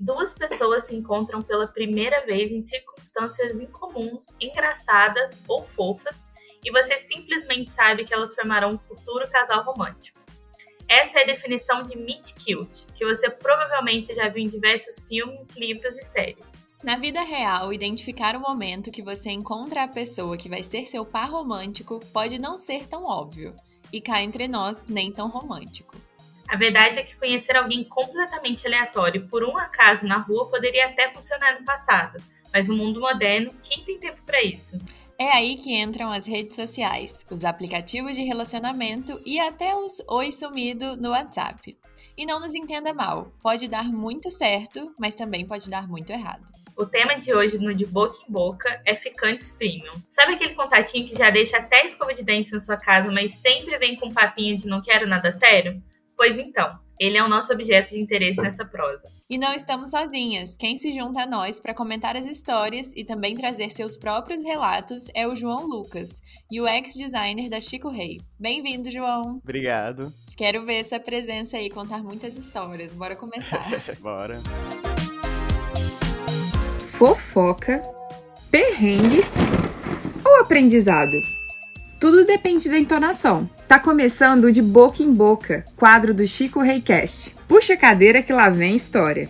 duas pessoas se encontram pela primeira vez em circunstâncias incomuns, engraçadas ou fofas, e você simplesmente sabe que elas formarão um futuro casal romântico. Essa é a definição de meet cute, que você provavelmente já viu em diversos filmes, livros e séries. Na vida real, identificar o momento que você encontra a pessoa que vai ser seu par romântico pode não ser tão óbvio, e cá entre nós, nem tão romântico. A verdade é que conhecer alguém completamente aleatório por um acaso na rua poderia até funcionar no passado, mas no mundo moderno, quem tem tempo para isso? É aí que entram as redes sociais, os aplicativos de relacionamento e até os oi sumido no WhatsApp. E não nos entenda mal, pode dar muito certo, mas também pode dar muito errado. O tema de hoje no De Boca em Boca é ficantes premium. Sabe aquele contatinho que já deixa até escova de dente na sua casa, mas sempre vem com um papinho de não quero nada sério? Pois então, ele é o nosso objeto de interesse nessa prosa. E não estamos sozinhas. Quem se junta a nós para comentar as histórias e também trazer seus próprios relatos é o João Lucas, UX designer da Chico Rei. Bem-vindo, João! Obrigado! Quero ver essa presença aí, contar muitas histórias. Bora começar! Bora! Fofoca, perrengue ou aprendizado? Tudo depende da entonação. Tá começando o De Boca em Boca, quadro do Chico Rei Cast. Puxa a cadeira que lá vem história.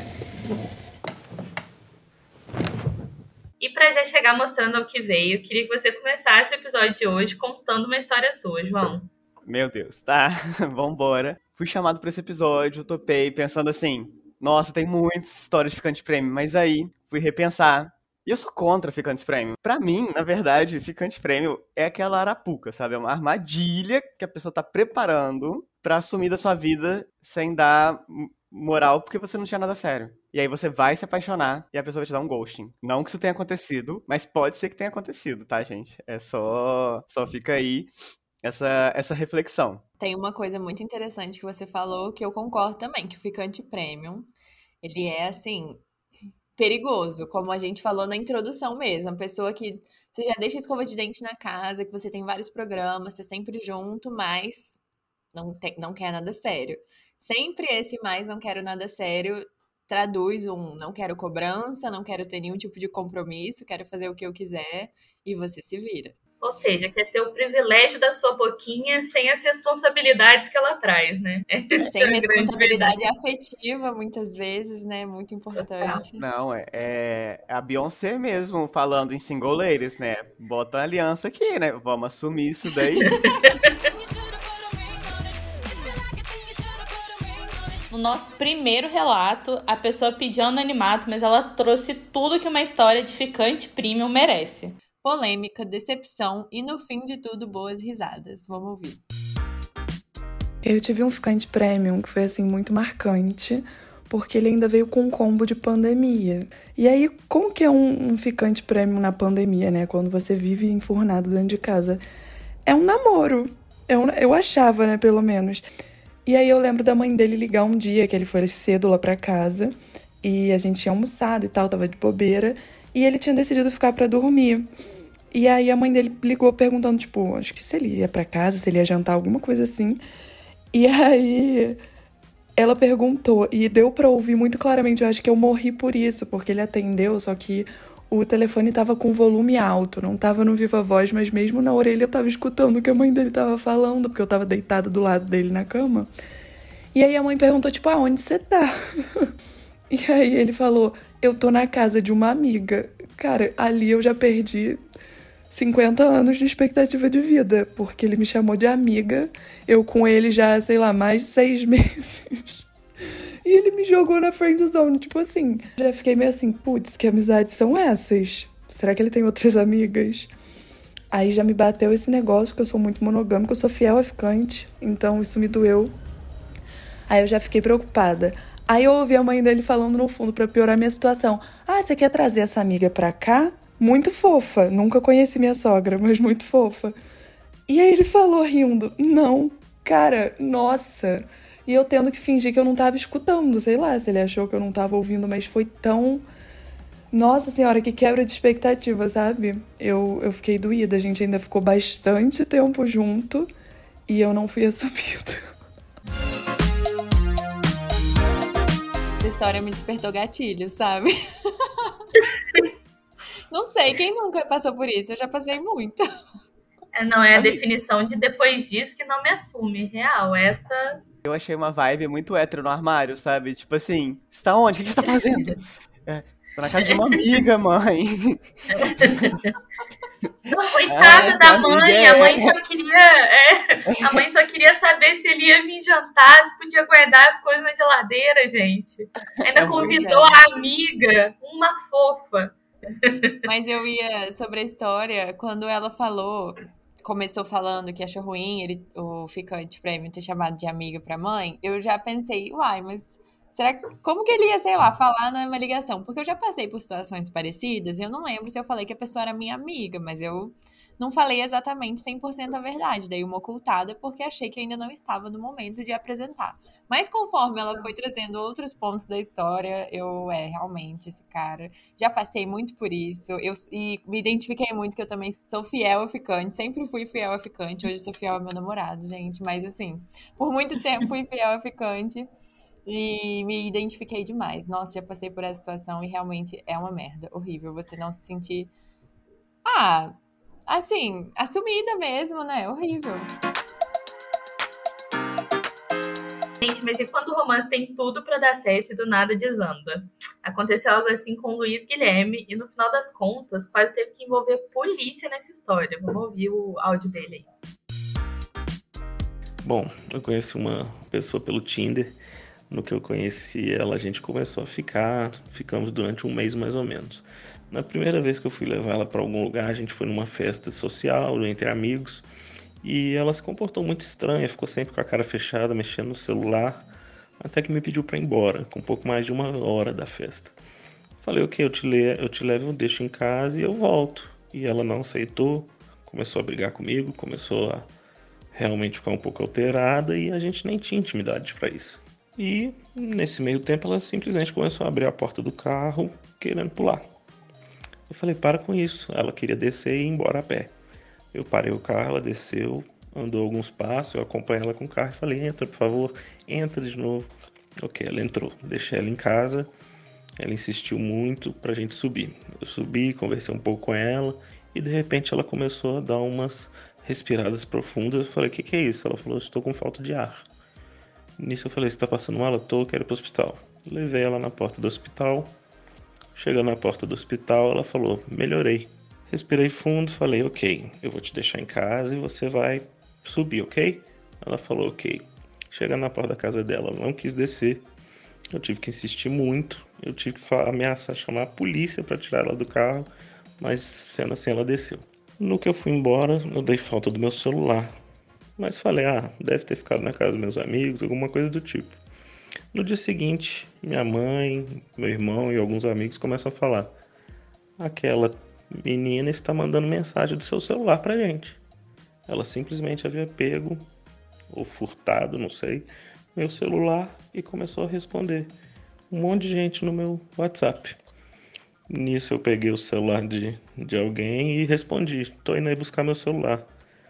E para já chegar mostrando ao que veio, queria que você começasse o episódio de hoje contando uma história sua, João. Meu Deus, tá? Vambora. Fui chamado pra esse episódio, topei, pensando assim, nossa, tem muitas histórias de ficante prêmio, mas aí fui repensar. E eu sou contra ficantes prêmio. Pra mim, na verdade, ficante prêmio é aquela arapuca, sabe? É uma armadilha que a pessoa tá preparando pra assumir da sua vida sem dar moral porque você não tinha nada sério. E aí você vai se apaixonar e a pessoa vai te dar um ghosting. Não que isso tenha acontecido, mas pode ser que tenha acontecido, tá, gente? É só fica aí essa reflexão. Tem uma coisa muito interessante que você falou que eu concordo também, que o ficante premium, ele é assim... perigoso, como a gente falou na introdução mesmo. A pessoa que você já deixa a escova de dente na casa, que você tem vários programas, você sempre junto, mas não quer nada sério. Sempre esse mais não quero nada sério traduz não quero cobrança, não quero ter nenhum tipo de compromisso, quero fazer o que eu quiser e você se vira. Ou seja, quer ter o privilégio da sua boquinha sem as responsabilidades que ela traz, né? Sem responsabilidade afetiva, muitas vezes, né? Muito importante. Não, é a Beyoncé mesmo falando em single ladies, né? Bota a aliança aqui, né? Vamos assumir isso daí. No nosso primeiro relato, a pessoa pediu anonimato, mas ela trouxe tudo que uma história de ficante premium merece. Polêmica, decepção e, no fim de tudo, boas risadas. Vamos ouvir. Eu tive um ficante premium que foi, assim, muito marcante, porque ele ainda veio com um combo de pandemia. E aí, como que é um ficante premium na pandemia, né? Quando você vive enfurnado dentro de casa. É um namoro. Eu achava, né, pelo menos. E aí eu lembro da mãe dele ligar um dia, que ele foi cedo lá pra casa, e a gente tinha almoçado e tal, tava de bobeira, e ele tinha decidido ficar pra dormir. E aí a mãe dele ligou perguntando, tipo, acho que se ele ia pra casa, se ele ia jantar, alguma coisa assim. E aí ela perguntou, e deu pra ouvir muito claramente, eu acho que eu morri por isso, porque ele atendeu, só que o telefone tava com volume alto, não tava no viva voz, mas mesmo na orelha eu tava escutando o que a mãe dele tava falando, porque eu tava deitada do lado dele na cama. E aí a mãe perguntou, tipo, onde você tá? E aí ele falou, eu tô na casa de uma amiga. Cara, ali eu já perdi 50 anos de expectativa de vida, porque ele me chamou de amiga, eu com ele já, sei lá, mais de 6 meses. E ele me jogou na friend zone, tipo assim. Já fiquei meio assim, putz, que amizades são essas? Será que ele tem outras amigas? Aí já me bateu esse negócio, que eu sou muito monogâmica, eu sou fiel a ficante, então isso me doeu. Aí eu já fiquei preocupada. Aí eu ouvi a mãe dele falando no fundo pra piorar minha situação. Ah, você quer trazer essa amiga pra cá? Muito fofa. Nunca conheci minha sogra, mas muito fofa. E aí ele falou rindo. Não, cara, nossa. E eu tendo que fingir que eu não tava escutando. Sei lá se ele achou que eu não tava ouvindo, mas foi tão... Nossa senhora, que quebra de expectativa, sabe? Eu fiquei doída. A gente ainda ficou bastante tempo junto e eu não fui assumida. Você história me despertou gatilhos, sabe? Não sei, quem nunca passou por isso? Eu já passei muito. Não é a definição de depois disso que não me assume. Real, essa... Eu achei uma vibe muito hétero no armário, sabe? Tipo assim, você tá onde? O que você tá fazendo? Tô na casa de uma amiga, mãe. Não, coitada da mãe, amiga. a mãe só queria saber se ele ia vir jantar, se podia guardar as coisas na geladeira, gente. Ainda convidou a amiga, uma fofa. Mas eu ia sobre a história, quando ela começou falando que achou ruim o ficante prêmio ter chamado de amiga pra mãe, eu já pensei, uai, mas como que ele ia, sei lá, falar numa ligação? Porque eu já passei por situações parecidas e eu não lembro se eu falei que a pessoa era minha amiga, mas eu não falei exatamente 100% a verdade, dei uma ocultada porque achei que ainda não estava no momento de apresentar. Mas conforme ela foi trazendo outros pontos da história, realmente, esse cara, já passei muito por isso, e me identifiquei muito que eu também sou fiel a ficante, sempre fui fiel a ficante, hoje sou fiel ao meu namorado, gente, mas assim, por muito tempo fui fiel a ficante, e me identifiquei demais. Nossa, já passei por essa situação e realmente é uma merda, horrível, você não se sentir, assim, assumida mesmo, né? Horrível. Gente, mas e quando o romance tem tudo pra dar certo e do nada desanda? Aconteceu algo assim com o Luiz Guilherme e no final das contas quase teve que envolver polícia nessa história. Vamos ouvir o áudio dele aí. Bom, eu conheci uma pessoa pelo Tinder. No que eu conheci ela, a gente começou a ficamos durante um mês mais ou menos. Na primeira vez que eu fui levar ela para algum lugar, a gente foi numa festa social, entre amigos, e ela se comportou muito estranha, ficou sempre com a cara fechada, mexendo no celular, até que me pediu para ir embora, com um pouco mais de 1 hora da festa. Falei, ok, eu te levo, eu deixo em casa e eu volto. E ela não aceitou, começou a brigar comigo, começou a realmente ficar um pouco alterada e a gente nem tinha intimidade para isso. E nesse meio tempo ela simplesmente começou a abrir a porta do carro querendo pular. Eu falei, para com isso. Ela queria descer e ir embora a pé. Eu parei o carro, ela desceu, andou alguns passos, eu acompanhei ela com o carro e falei, entra por favor, entra de novo. Ok, ela entrou, deixei ela em casa, ela insistiu muito pra gente subir. Eu subi, conversei um pouco com ela e de repente ela começou a dar umas respiradas profundas. Eu falei, o que é isso? Ela falou, estou com falta de ar. Nisso eu falei, você tá passando mal? Quero ir pro hospital. Levei ela na porta do hospital. Chegando na porta do hospital, ela falou, melhorei. Respirei fundo, falei, ok, eu vou te deixar em casa e você vai subir, ok? Ela falou, ok. Chegando na porta da casa dela, ela não quis descer. Eu tive que insistir muito. Eu tive que ameaçar chamar a polícia para tirar ela do carro. Mas sendo assim, ela desceu. No que eu fui embora, eu dei falta do meu celular. Mas falei, deve ter ficado na casa dos meus amigos, alguma coisa do tipo. No dia seguinte, minha mãe, meu irmão e alguns amigos começam a falar, aquela menina está mandando mensagem do seu celular pra gente. Ela simplesmente havia pego, ou furtado, não sei, meu celular e começou a responder. Um monte de gente no meu WhatsApp. Nisso eu peguei o celular de alguém e respondi, tô indo aí buscar meu celular.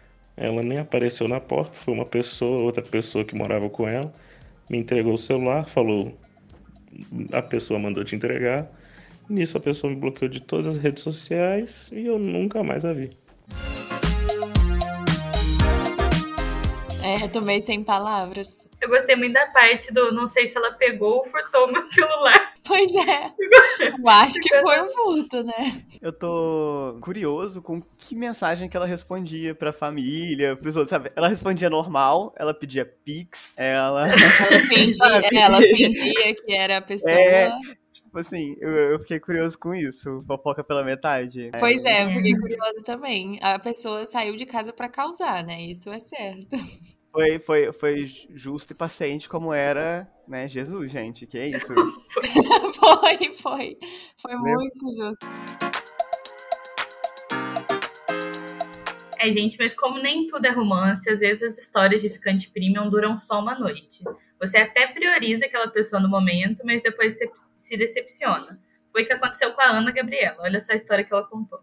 Ela nem apareceu na porta, foi outra pessoa que morava com ela, me entregou o celular, falou, a pessoa mandou te entregar. Nisso a pessoa me bloqueou de todas as redes sociais e eu nunca mais a vi. Tomei sem palavras. Eu gostei muito da parte do não sei se ela pegou ou furtou meu celular. Pois é. Eu acho que foi um furto, né? Eu tô curioso com que mensagem que ela respondia pra família, pros outros, sabe? Ela respondia normal, ela pedia pix, ela fingia que era a pessoa. Tipo assim, eu fiquei curioso com isso, fofoca pela metade. Pois eu fiquei curiosa também. A pessoa saiu de casa pra causar, né? Isso é certo. Foi justo e paciente como era, né, Jesus, gente, que é isso? Foi muito justo. Gente, mas como nem tudo é romance, às vezes as histórias de ficante premium duram só uma noite. Você até prioriza aquela pessoa no momento, mas depois você se decepciona. Foi o que aconteceu com a Ana Gabriela. Olha só a história que ela contou.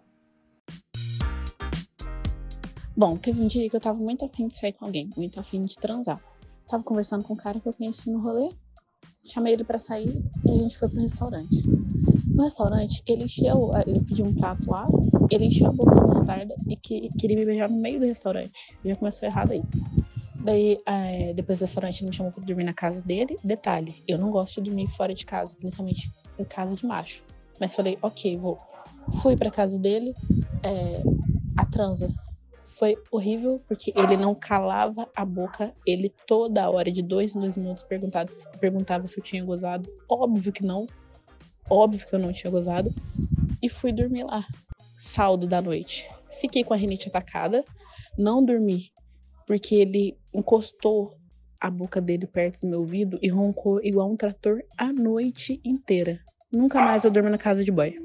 Bom, teve um dia que eu tava muito afim de sair com alguém, muito afim de transar. Tava conversando com um cara que eu conheci no rolê. Chamei ele pra sair e a gente foi pro restaurante. No restaurante, ele pediu um prato lá, ele encheu a boca de mostarda e queria me beijar no meio do restaurante. Já começou errado aí. Daí, depois do restaurante, ele me chamou pra dormir na casa dele. Detalhe, eu não gosto de dormir fora de casa, principalmente em casa de macho. Mas falei, ok, vou. Fui pra casa dele, a transa foi horrível, porque ele não calava a boca. Ele toda hora, de 2 em 2 minutos, perguntava se eu tinha gozado. Óbvio que não. Óbvio que eu não tinha gozado. E fui dormir lá. Saldo da noite. Fiquei com a rinite atacada. Não dormi, porque ele encostou a boca dele perto do meu ouvido e roncou igual um trator a noite inteira. Nunca mais eu durmo na casa de boy.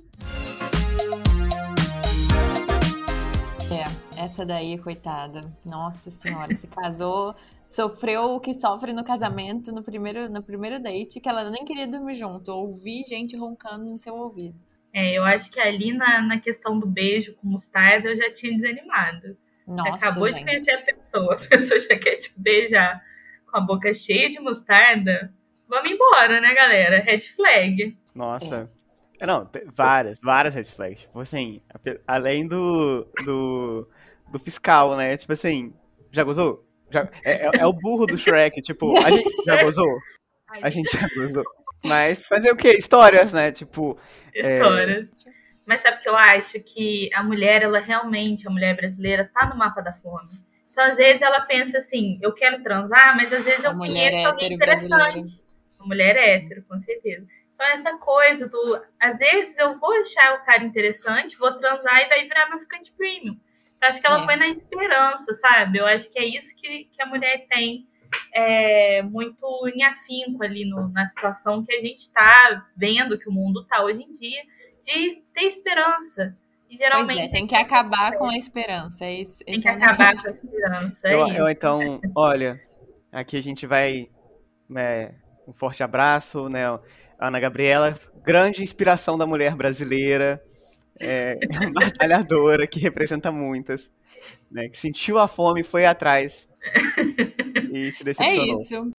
Essa daí, coitada. Nossa senhora, se casou, sofreu o que sofre no casamento no primeiro date, que ela nem queria dormir junto. Ouvi gente roncando no seu ouvido. Eu acho que ali na questão do beijo com mostarda eu já tinha desanimado. Nossa, você acabou gente. de conhecer a pessoa já quer te beijar com a boca cheia de mostarda. Vamos embora, né, galera? Red flag. Nossa. Não, várias red flags. Tipo assim, além do fiscal, né? Tipo assim, já gozou? É o burro do Shrek, tipo, a gente já gozou? A gente já gozou. Mas fazer o quê? Histórias, né? Tipo... Histórias. Mas sabe o que eu acho? Que a mulher, ela realmente, a mulher brasileira, tá no mapa da fome. Então, às vezes, ela pensa assim, eu quero transar, mas às vezes eu conheço alguém interessante. A mulher hétero, com certeza. Então, essa coisa do... Às vezes, eu vou achar o cara interessante, vou transar e vai virar meu ficante premium. Eu acho que ela foi na esperança, sabe? Eu acho que é isso que a mulher tem muito em afinco ali na situação que a gente tá vendo que o mundo tá hoje em dia, de ter esperança. E geralmente tem que acabar com a esperança. Tem que acabar com a esperança. Eu então, olha, aqui a gente vai... um forte abraço, né? Ana Gabriela, grande inspiração da mulher brasileira, batalhadora, que representa muitas, né? Que sentiu a fome, foi atrás e se decepcionou. É isso.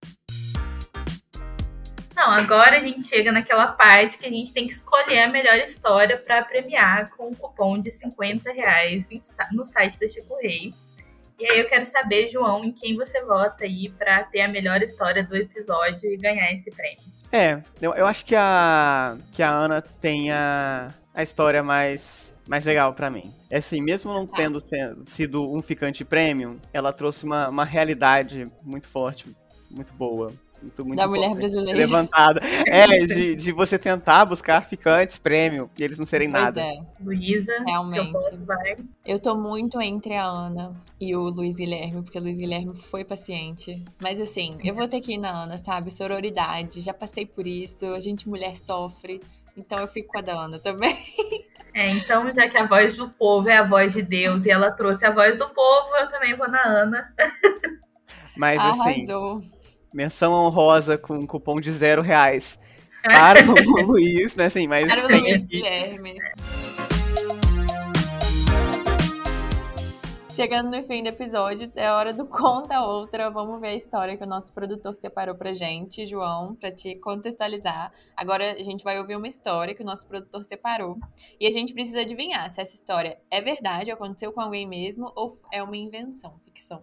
Não, agora a gente chega naquela parte que a gente tem que escolher a melhor história para premiar com um cupom de R$50 no site da Chico Rei. E aí eu quero saber, João, em quem você vota aí para ter a melhor história do episódio e ganhar esse prêmio. Eu acho que a Ana tem a história mais legal pra mim. É assim, mesmo não tendo sido um ficante premium, ela trouxe uma realidade muito forte, muito boa. Muito da mulher brasileira. Levantada. De você tentar buscar ficantes premium e eles não serem nada. Luísa, realmente. Eu tô muito entre a Ana e o Luiz Guilherme, porque o Luiz Guilherme foi paciente. Mas assim, eu vou ter que ir na Ana, sabe? Sororidade, já passei por isso, a gente mulher sofre, então eu fico com a da Ana também. Então, já que a voz do povo é a voz de Deus e ela trouxe a voz do povo, eu também vou na Ana. Mas arrasou. Assim... Menção honrosa com um cupom de R$0 para o Luiz, né? Assim, mas para o Luiz Guilherme. Chegando no fim do episódio, é hora do Conta Outra. Vamos ver a história que o nosso produtor separou pra gente, João, pra te contextualizar. Agora a gente vai ouvir uma história que o nosso produtor separou. E a gente precisa adivinhar se essa história é verdade, aconteceu com alguém mesmo, ou é uma invenção, ficção.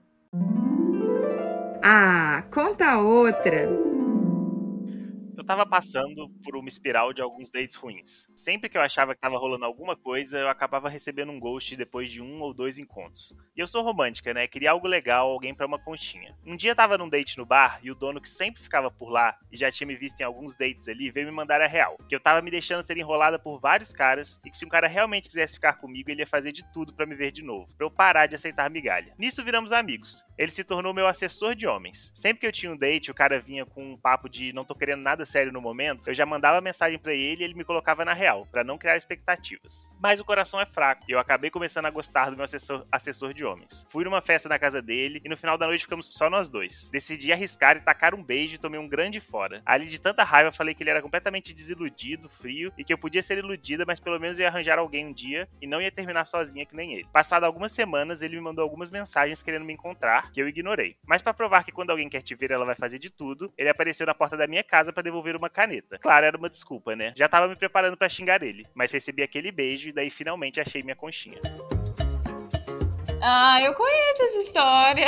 Conta outra! Eu tava passando por uma espiral de alguns dates ruins. Sempre que eu achava que tava rolando alguma coisa, eu acabava recebendo um ghost depois de 1 ou 2 encontros. E eu sou romântica, né? Queria algo legal, alguém pra uma conchinha. Um dia eu tava num date no bar e o dono, que sempre ficava por lá e já tinha me visto em alguns dates ali, veio me mandar a real. Que eu tava me deixando ser enrolada por vários caras e que se um cara realmente quisesse ficar comigo, ele ia fazer de tudo pra me ver de novo, pra eu parar de aceitar migalha. Nisso viramos amigos. Ele se tornou meu assessor de homens. Sempre que eu tinha um date, o cara vinha com um papo de não tô querendo nada sério no momento, eu já mandava mensagem pra ele e ele me colocava na real, pra não criar expectativas. Mas o coração é fraco e eu acabei começando a gostar do meu assessor de homens. Fui numa festa na casa dele e no final da noite ficamos só nós dois. Decidi arriscar e tacar um beijo e tomei um grande fora. Ali de tanta raiva falei que ele era completamente desiludido, frio e que eu podia ser iludida, mas pelo menos ia arranjar alguém um dia e não ia terminar sozinha que nem ele. Passado algumas semanas, ele me mandou algumas mensagens querendo me encontrar, que eu ignorei. Mas pra provar que quando alguém quer te ver, ela vai fazer de tudo, ele apareceu na porta da minha casa pra devolver uma caneta. Claro, era uma desculpa, né? Já tava me preparando pra xingar ele, mas recebi aquele beijo e daí finalmente achei minha conchinha. Ah, eu conheço essa história.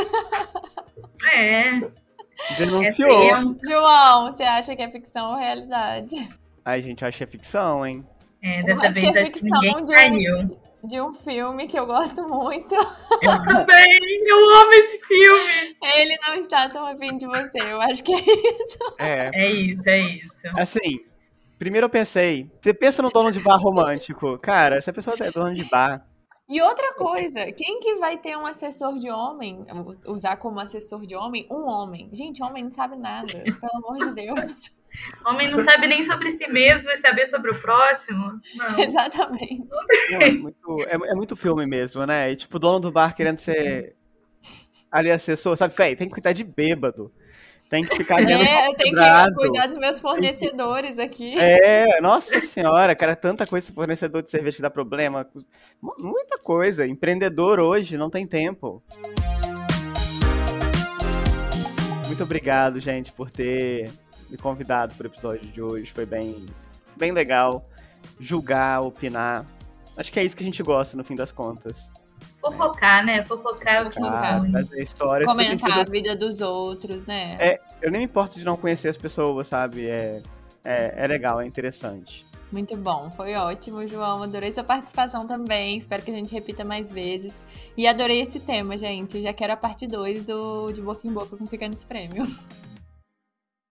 Denunciou. João, você acha que é ficção ou realidade? Ai, gente, eu acho que é ficção, hein? Dessa vez que é acho que ficção ninguém caiu. de um filme que eu gosto muito. Eu também, eu amo esse filme. Ele não está tão afim de você, eu acho que é isso. É isso. Assim, primeiro eu pensei, você pensa no dono de bar romântico. Cara, se a pessoa é dono de bar... E outra coisa, quem que vai ter um assessor de homem, usar como assessor de homem, um homem? Gente, homem não sabe nada, pelo amor de Deus. Homem não sabe nem sobre si mesmo e saber sobre o próximo. Não. Exatamente. É muito filme mesmo, né? E tipo, o dono do bar querendo ser ali assessor, sabe? Véi, tem que cuidar de bêbado. Tem que ficar vendo eu tenho que cuidar dos meus fornecedores aqui. Nossa senhora, cara, tanta coisa, fornecedor de cerveja que dá problema. Muita coisa. Empreendedor hoje não tem tempo. Muito obrigado, gente, por ter me convidado para o episódio de hoje. Foi bem legal julgar, opinar. Acho que é isso que a gente gosta, no fim das contas. Fofocar, né? Fofocar é o que fazer histórias. Comentar a vida dos outros, né? Eu nem me importo de não conhecer as pessoas, sabe? É legal, é interessante. Muito bom, foi ótimo, João. Adorei sua participação também. Espero que a gente repita mais vezes. E adorei esse tema, gente. Eu já quero a parte 2 de Boca em Boca com Ficantes Prêmio.